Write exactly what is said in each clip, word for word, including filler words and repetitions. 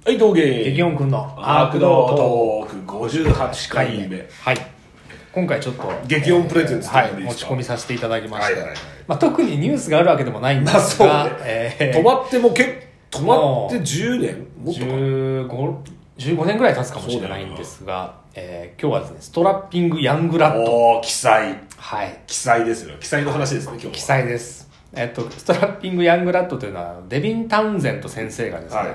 はい、道芸激音くんのアークドトークごじゅうはちかいめ。 はい。今回ちょっと激音プレゼンツ、 えー、はい、持ち込みさせていただきまして、 はいはいはい、 まあ、特にニュースがあるわけでもないんですが、まあそうねえー、止まってもけ止まってじゅうねんもっとかじゅうご、 じゅうごねんぐらい経つかもしれないんですが、えー、今日はですね、ストラッピングヤングラッド。 おー、記載。 はい。 記載ですよ。記載の話ですね、今日は。 記載です。えっと、ストラッピングヤングラッドというのは、デビン・タウンゼント先生がですね、はい、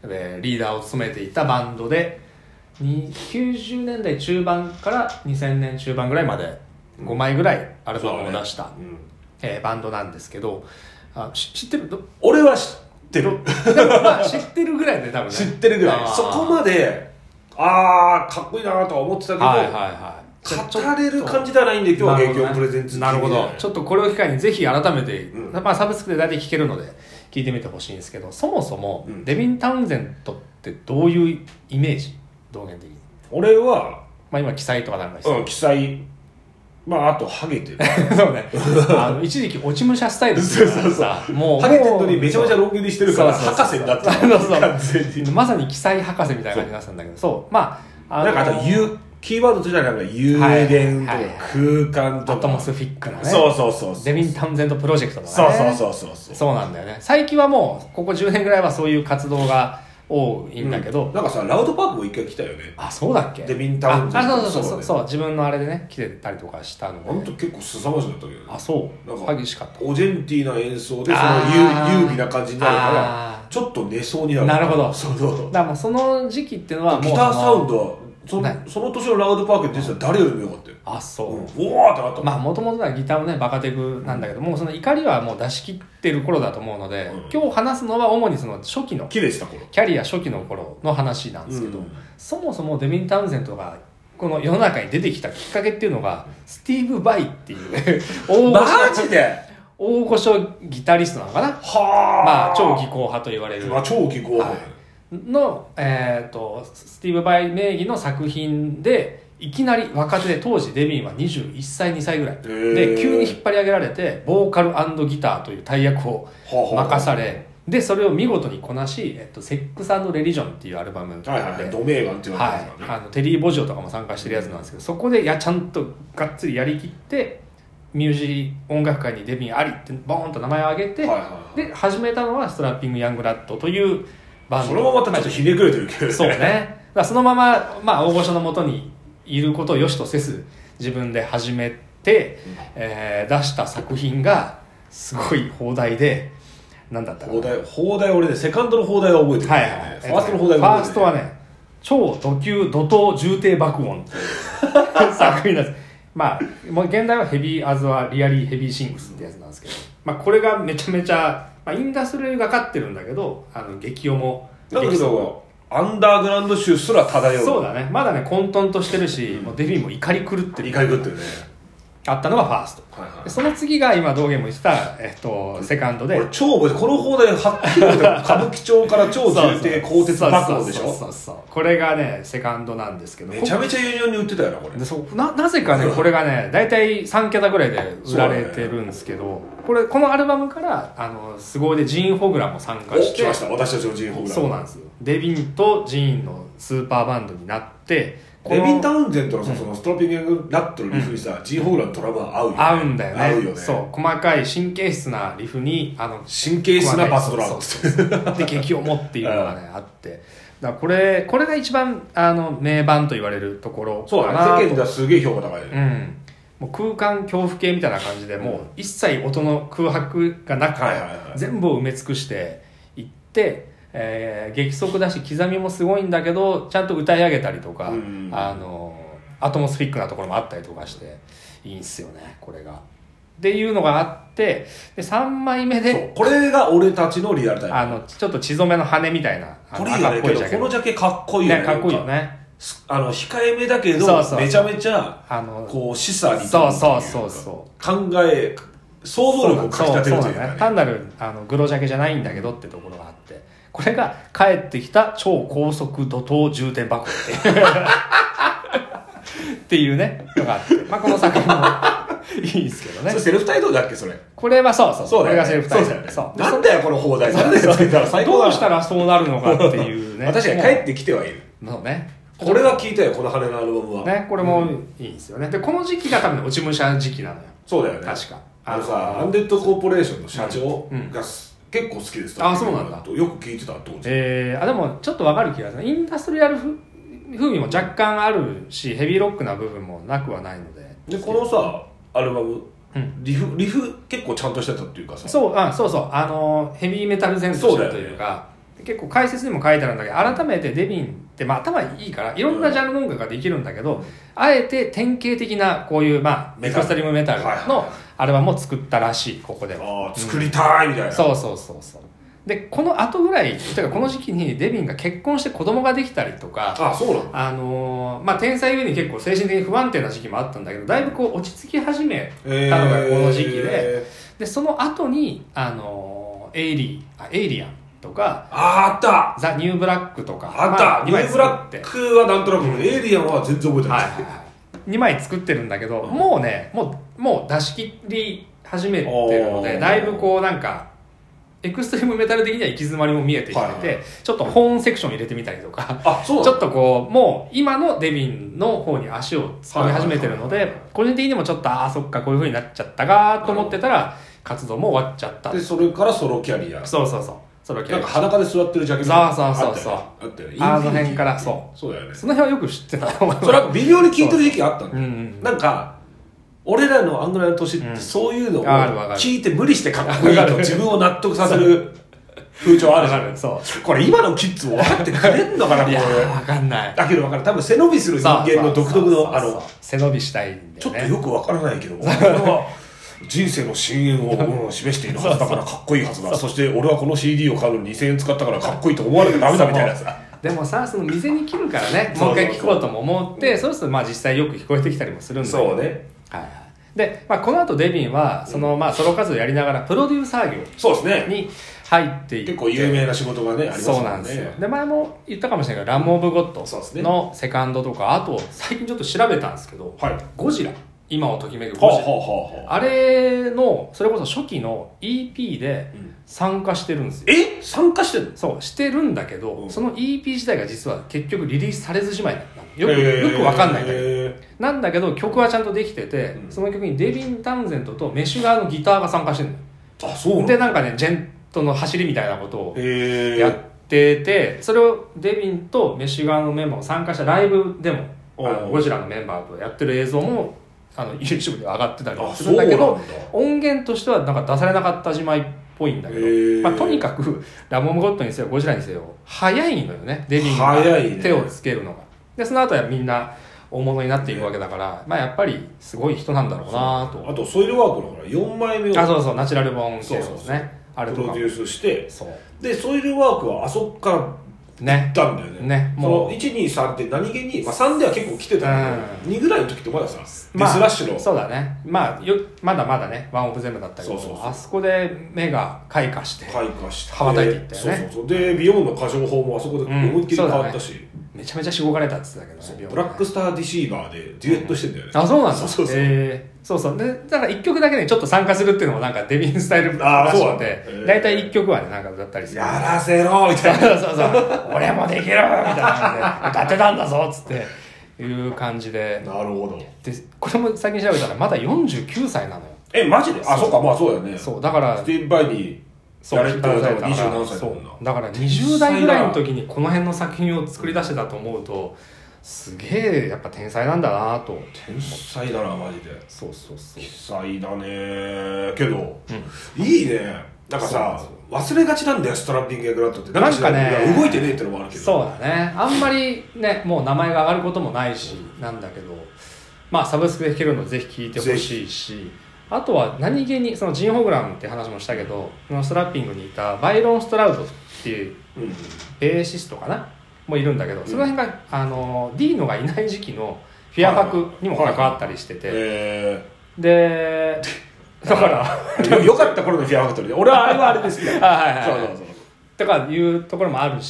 でリーダーを務めていたバンドで、きゅうじゅうねんだい中盤からにせんねん中盤ぐらいまでごまいぐらいアルバムを出した、ねうんえー、バンドなんですけど、あ知ってる？ 俺は知ってる。 でもまあ知ってるぐらいで多分ね。 知ってるぐらい。そこまで、あー、かっこいいなとは思ってたけど、はいはいはい語れる感じではないんで、今日は激音プレゼンツなるほど。ちょっとこれを機会にぜひ改めて、うんまあ、サブスクで大体聴けるので聞いてみてほしいんですけど、そもそも、うん、デビン・タウンゼントってどういうイメージ？道元的に。 俺は、 まあ、今記載とかなんかしてうん、記載、まああとハゲてるそうねあの一時期落ち武者スタイルっていうのがさもうハゲてるのにめちゃめちゃロン毛にしてるから博士になってる完全にまさに記載博士みたいな感じになってたんだけど、そうまあ、 あのー、なんかあと有キーワードとしてはなんか有限とか空間とかアトモスフィックなね、 そうそうそうそうデビン・タウンゼントプロジェクトとかね、そうそうそうそうそうなんだよね。最近はもうここじゅうねんぐらいはそういう活動が多いんだけど、 うん、なんかさラウドパークも一回来たよね。 あ、そうだっけ。 デビン・タウンゼント。 あ、そうそうそうそう、そう、自分のあれでね来てたりとかしたので、 あの時結構凄まじかったけど、ね、 あ、そうなんか激しかった。 オジェンティーな演奏でその優美な感じになるからちょっと寝そうになる。 なるほど。 そうそう。 だからもうその時期っていうのはもうギターサウンドはそ の, その年のラウドパークに出てたら誰よりもよかったよ。 あ、そう、うん、 おーってなった。 まあもともとはギターもねバカテクなんだけど、うん、もうその怒りはもう出し切ってる頃だと思うので、うん、今日話すのは主にその初期のキレした頃、 キャリア初期の頃の話なんですけど、うん、そもそもデビン・タウンゼントがこの世の中に出てきたきっかけっていうのがスティーブ・バイっていうね大御所マジで大御所ギタリストなのかな。 はまあ超技巧派と言われる、 まあ、超技巧派、はいの、えー、とスティーブ・バイ名義の作品でいきなり若手で、当時デビンはにじゅういっさいにさいぐらいで急に引っ張り上げられてボーカル&ギターという大役を任され、でそれを見事にこなし、えっと、セックス&レリジョンっていうアルバムで、 はいはい、ドメーガンっていうやつですね、はい、あのテリー・ボジョとかも参加してるやつなんですけど、そこでやちゃんとがっつりやりきってミュージ音楽界にデビンありってボーンと名前を挙げて、はいはいはい、で始めたのはストラッピング・ヤングラッドというバンド。 それもまたちょっとひねくれてるけどね。 そうね。だからそのまま、まあ、大御所のもとにいることを良しとせず自分で始めて、うんえー、出した作品がすごい放題で、何だったかな。 放題、放題俺ね、セカンドの放題は覚えてる、ね。はいはい。ファーストの放題は覚えてる、ね。ファーストはね、超ド級怒涛重低爆音っていう作品なんです。まあ、もう現代はヘビーアズはリアリーヘビーシングスってやつなんですけど、まあ、これがめちゃめちゃ、まあ、インダストリーがかってるんだけど、あの激音もだけどアンダーグラウンド臭すら漂う。 そうだね。まだね混沌としてるし、うん、もうデビンも怒り狂ってる。 怒り狂ってるね。 あったのがファースト、はいはい、その次が今道元も言ってた、えっと、セカンドで、 これ超覚えてる。この放題はっきり歌舞伎町から超重低鋼鉄爆音でしょ。 そうそうそう。これがねセカンドなんですけど、 めちゃめちゃユニオンに売ってたよなこれ。 でそうななぜかねこれがねだいたいさんけたぐらいで売られてるんですけど、ね、これこのアルバムからあの凄腕ジーン・ホグラも参加して、 来ました私たちのジーン・ホグラ。 そうなんですよ。デビンとジーンのスーパーバンドになって、 デビン・タウンゼントのさ、うん、そのストラッピングラットのリフにさ、うん、ジー・ホグラのトラムは合うよね。 合うんだよね。 合うよね。 そう細かい神経質なリフにあの神経質なバスドラムで激重っていうのがねあってだからこれこれが一番あの名盤と言われるところそうだね。世間ではすげえ評価高い、 うんもう空間恐怖系みたいな感じで、もう一切音の空白がなくて、はいはいはい、全部を埋め尽くしていって、えー、激速だし刻みもすごいんだけどちゃんと歌い上げたりとか、うん、あのアトモスフィックなところもあったりとかしていいんすよねこれがっていうのがあって、でさんまいめでそうこれが俺たちのリアルタイム。 あのちょっと血染めの羽みたいなこれいいよね。けどこのジャケかっこいいよね。 ねかっこいいよね。 あの控えめだけどそうそうめちゃめちゃあのこう示唆にそうそうそうそう考え想像力をかきたてるというか、ね、 単なるあのグロジャケじゃないんだけどってところがあって、これが帰ってきた超高速怒涛重点爆っていうっていうねのがあって、まあ、この作品もいいんですけどね。 それセルフ帯同だっけそれ。 これはそうそうそうだよね。 これがセルフ帯同。 そうだよね。 そうなんだよこの放題。なんだよつけたら最高だ。 どうしたらそうなるのかっていうね。 確かに帰ってきてはいる。 そうね。 これは聞いたよこの羽のアルバムは。 ねこれもいいんですよね。でこの時期が多分落ち武者時期なのよ。 そうだよね。 確か。 あのさアンデッドコーポレーションの社長が結構好きです。 あそうなんだ。 よく聞いてた当時。 えー、あでもちょっとわかる気がする。インダストリアル風味も若干あるしヘビーロックな部分もなくはないので。 でこのさアルバム、 うん、 リフリフ結構ちゃんとしてたっていうかさ。 そうあそうそうあのヘビーメタル前としてるというか、ね、結構解説にも書いてあるんだけど改めてデビンってまあ頭いいからいろんなジャンルの音楽ができるんだけど、うん、あえて典型的なこういうまあエクストリームメタルのアルバムを作ったらしいここでは。 ああ作りたいみたいな、うん、 そうそうそうそう。でこの後ぐらいというかこの時期にデビンが結婚して子供ができたりとかあそうなの、 あのーまあ、天才ゆえに結構精神的に不安定な時期もあったんだけどだいぶこう落ち着き始めたのがこの時期で、えー、でその後にあのー、エイリあエイリアンとかああったザ・ニューブラックとかあった、まあ、ニューブラックはなんとなく、うん、エイリアンは全然覚えてない、はいはいはい、にまい作ってるんだけど、うん、もうねもうもう出し切り始めてるのでだいぶこうなんかエクストリームメタル的には行き詰まりも見えてきてて、はいはい、ちょっとホーンセクション入れてみたりとかあそうちょっとこうもう今のデビンの方に足を突っ込み始めてるので、はいはいはいはい、個人的にもちょっとああそっかこういう風になっちゃったかと思ってたら活動も終わっちゃったでそれからソロキャリアそうそうそうソロキャリアなんか裸で座ってるジャケットそうそうそうそうあったよねあの辺からそうそうだよねその辺はよく知ってたそれは微妙に聞いてる時期あったんだよ、 うんうん、 なんか俺らのあんぐらいの年ってそういうのを聞いて無理してかっこいいと自分を納得させる風潮あるじゃん。そうこれ今のキッズも分かってくれんのかなこれ。いや分かんないだけど分かる多分背伸びする人間の独特のあの背伸びしたいんだよねちょっとよく分からないけど俺は人生の深淵を、うん、示しているはずだからかっこいいはずだそして俺はこの シーディー を買うのににせんえん使ったからかっこいいと思わなきゃダメだみたいなさでもさその未然に切るからねもう一回聞こうとも思ってそうするとまあ実際よく聞こえてきたりもするんだけどそうねはいで、まあ、この後デビンはその、まあ、ソロ活動をやりながらプロデューサー業に入っていって、 結構有名な仕事がねありますもんね。 そうなんですよ。で前も言ったかもしれないけどラム・オブ・ゴッドのセカンドとか、あと最近ちょっと調べたんですけど、はい、ゴジラ今をときめくゴジラ、はあはあはあ、あれのそれこそ初期の イーピー で参加してるんですよ。 え参加してるの？ そうしてるんだけど、うん、その イーピー 自体が実は結局リリースされずじまいだったよくよくわかんないんだけどなんだけど曲はちゃんとできてて、うん、その曲にデビン・タウンゼントとメッシュ側のギターが参加してるのよ。 あそうなんでなんかねジェントの走りみたいなことをやっててそれをデビンとメッシュ側のメンバーも参加したライブでもあのゴジラのメンバーとやってる映像もあの YouTube で上がってたりするんだけど音源としてはなんか出されなかったじまいっぽいんだけど、まあ、とにかくラモンゴッドにせよゴジラにせよ早いのよねデビンが手をつけるのが、ね、でその後はみんな大物になっていくわけだから、ねまあ、やっぱりすごい人なんだろうなと。 あとソイルワークのほらよんまいめをあそうそうナチュラルボーンっていうのですねあれプロデュースしてそうでソイルワークはあそこからね、 行ったんだよね。 ねもういち、に、さんって何気に、まあ、さんでは結構来てたんだけど、うん、にぐらいの時ってまださ、 まあ、 デスラッシュのそうだね、まあ、よまだまだねワンオブゼムだったけどそうそうそうあそこで目が開花して開花して羽ばたいていったよね。 そうそうそうでビヨンの過剰法もあそこで思いっきり変わったし、うんね、 めちゃめちゃしごかれたって言ってたけどねブラックスターディシーバーでデュエットしてんだよね、 うん、あそうなんだそうそうそう、 えーそうそうでだからいっきょくだけねちょっと参加するっていうのもなんかデビンスタイルらしくて大体いっきょくはねなんか歌ったりするやらせろみたいなそうそうそう俺もできるみたいな感じで歌ってたんだぞっつっていう感じでなるほどでこれも最近調べたらまだよんじゅうきゅうさいなのよ。 えマジであそうかまあそうだよねそうだからスティーブ・バイにやれたらにじゅうなんさいだもんなだからにじゅう代ぐらいの時にこの辺の作品を作り出してたと思うとすげえやっぱ天才なんだなと。 天才だなマジで。 そうそうそう天才だねけど、うん、いいねなんかさ忘れがちなんだよストラッピングエグラットってなんかね動いてねえってのもあるけどそうだねあんまりねもう名前が上がることもないしなんだけどまあサブスクで聴けるのでぜひ聴いてほしいしあとは何気にそのジン・ホグラムって話もしたけどこのストラッピングにいたバイロン・ストラウドっていうベーシストかなもいるんだけど、うん、その辺があのディーノがいない時期のフィアファクにも関わったりしてて、はいはい、でだからよかった頃のフィアファクトリー俺はあれはあれですねはいはいはいそうそうそうとかいうところもあるし、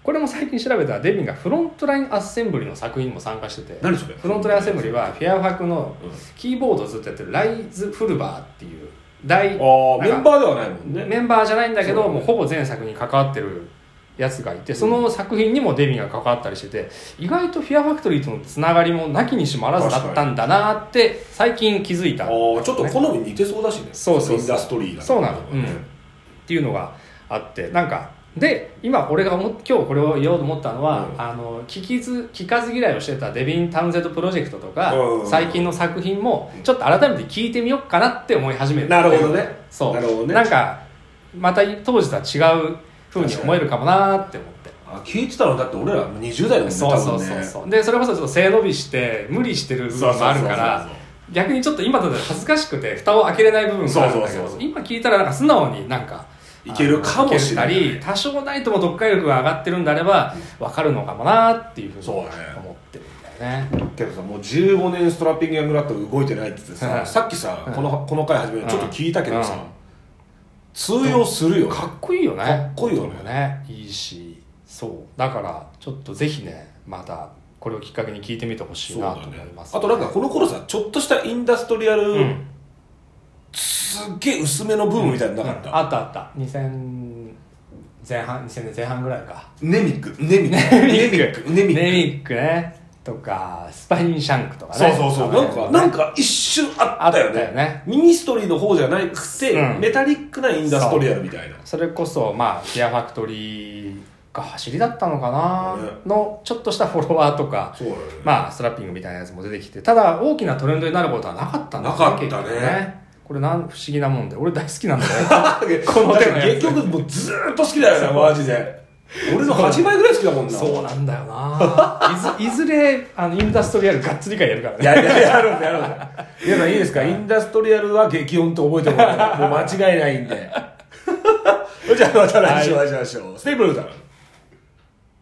これも最近調べたらデビンがフロントラインアッセンブリの作品にも参加してて、 何それ？ フロントラインアッセンブリはフェアファクのキーボードをずっとやってるライズ・フルバーっていう大あメンバーではないもんね。 メンバーじゃないんだけど、もうほぼ全作に関わってるやつがいて、その作品にもデビンが関わったりしてて、意外とフィアファクトリーとのつながりもなきにしもあらずだったんだなって最近気づいた、ね、 ああちょっと好み似てそうだしね。 そうそうそうインダストリーだ、ね、 そうなの、うん、っていうのがあって、なんかで今俺が思今日これを言おうと思ったのは、うん、あの聞きず聞かず嫌いをしてたデビン・タウンゼンドプロジェクトとか、うん、最近の作品もちょっと改めて聞いてみようかなって思い始めて、 なるほどね。 そうなるほどね。 なんかまた当時とは違う風に思えるかもなって思って、 あ聞いてたのだって俺らにじゅう代だもんね。 そうそうそうそう、でそれこそちょっと背伸びして無理してる部分もあるから逆にちょっと今だと恥ずかしくて蓋を開けれない部分があるんだけど、今聞いたらなんか素直になんかいけるかもしれない。 多少ないとも読解力が上がってるんであれば分かるのかもなっていうふうに思ってるんだよね。 けどさもうじゅうごねんストラッピングヤングラット動いてないって言ってさ、うん、さっきさ、うん、このこの回始めるちょっと聞いたけどさ、うん、通用するよね。 かっこいいよね。 かっこいいよね。 ねいいし、そうだからちょっとぜひねまたこれをきっかけに聞いてみてほしいなと思います、ね。 あとなんかこの頃さちょっとしたインダストリアル、うん、すっげえ薄めのブームみたいなのなかった、うん、 あったあった。にせん前半にせんねんぜん半ぐらいか。 ネミックネミックネミックネミックねとかスパインシャンクとかね。 そうそうそう、なんか、ね、なんか一瞬あったよ ね, よねミニストリーの方じゃなくて、うん、メタリックなインダストリアルみたいな。 そ, それこそまあフィアファクトリーが走りだったのかな、ね、のちょっとしたフォロワーとか、 そうだよね、 まあストラッピングみたいなやつも出てきて、ただ大きなトレンドになることはなかったんだね。なかったね。 ねこれなん不思議なもんで俺大好きなんだよこの手のやつ。 結局もうずーっと好きだよねマジで。俺のはちばいぐらい好きだもんな。 そうなんだよないず, いずれあのインダストリアルがっつり会やるからね。 やややるんだやるんだ。皆さんいいですか、インダストリアルは激音と覚えてもらうもう間違いないんでじゃあまた来週お会いしましょう。ステイプルーだ。